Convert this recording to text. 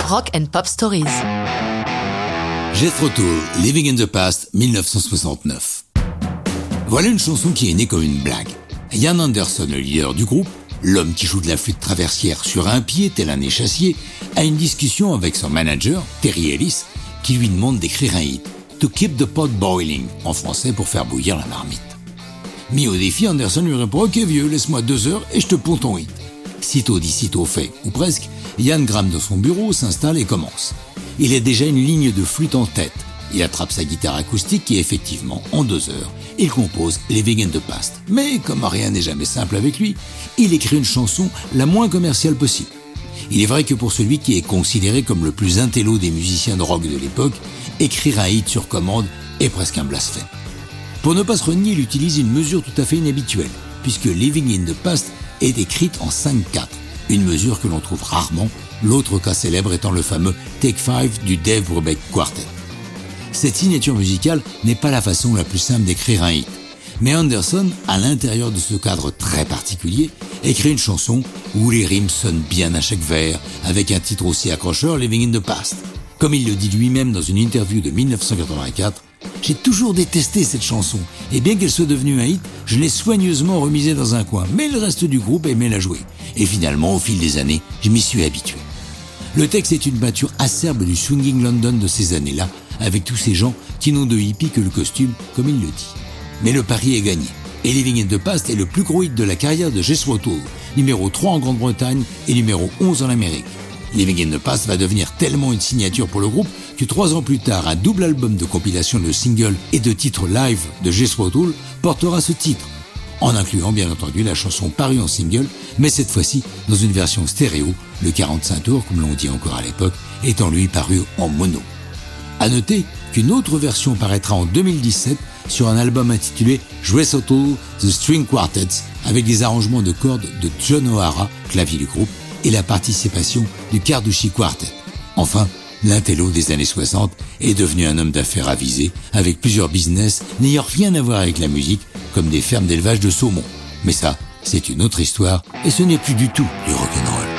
Rock and Pop Stories. Jethro Tull, Living in the Past, 1969. Voilà une chanson qui est née comme une blague. Ian Anderson, le leader du groupe, l'homme qui joue de la flûte traversière sur un pied tel un échassier, a une discussion avec son manager, Terry Ellis, qui lui demande d'écrire un hit, To Keep the Pot Boiling, en français pour faire bouillir la marmite. Mis au défi, Anderson lui répond « Ok vieux, laisse-moi 2 heures et je te ponds ton hit ». Sitôt dit, sitôt fait, ou presque, Ian grimpe dans son bureau, s'installe et commence. Il a déjà une ligne de flûte en tête. Il attrape sa guitare acoustique et effectivement, en 2 heures, il compose Living in the Past. Mais comme rien n'est jamais simple avec lui, il écrit une chanson la moins commerciale possible. Il est vrai que pour celui qui est considéré comme le plus intello des musiciens de rock de l'époque, écrire un hit sur commande est presque un blasphème. Pour ne pas se renier, il utilise une mesure tout à fait inhabituelle, puisque Living in the Past est écrite en 5/4, une mesure que l'on trouve rarement, l'autre cas célèbre étant le fameux Take 5 du Dave Brubeck Quartet. Cette signature musicale n'est pas la façon la plus simple d'écrire un hit, mais Anderson, à l'intérieur de ce cadre très particulier, écrit une chanson où les rimes sonnent bien à chaque vers, avec un titre aussi accrocheur, Living in the Past. Comme il le dit lui-même dans une interview de 1984, « J'ai toujours détesté cette chanson, et bien qu'elle soit devenue un hit, je l'ai soigneusement remisée dans un coin, mais le reste du groupe aimait la jouer. Et finalement, au fil des années, je m'y suis habitué. » Le texte est une peinture acerbe du swinging London de ces années-là, avec tous ces gens qui n'ont de hippie que le costume, comme il le dit. Mais le pari est gagné, et Living in the Past est le plus gros hit de la carrière de Jethro Tull, numéro 3 en Grande-Bretagne et numéro 11 en Amérique. Living in the Past va devenir tellement une signature pour le groupe que 3 ans plus tard, un double album de compilation de singles et de titres live de Jethro Tull portera ce titre, en incluant bien entendu la chanson parue en single, mais cette fois-ci dans une version stéréo, le 45 tours comme l'on dit encore à l'époque, étant lui paru en mono. À noter qu'une autre version paraîtra en 2017 sur un album intitulé Jethro Tull The String Quartets avec des arrangements de cordes de John O'Hara, clavier du groupe, et la participation du Carducci Quartet. Enfin, l'intello des années 60 est devenu un homme d'affaires avisé, avec plusieurs business n'ayant rien à voir avec la musique, comme des fermes d'élevage de saumon. Mais ça, c'est une autre histoire, et ce n'est plus du tout du rock'n'roll.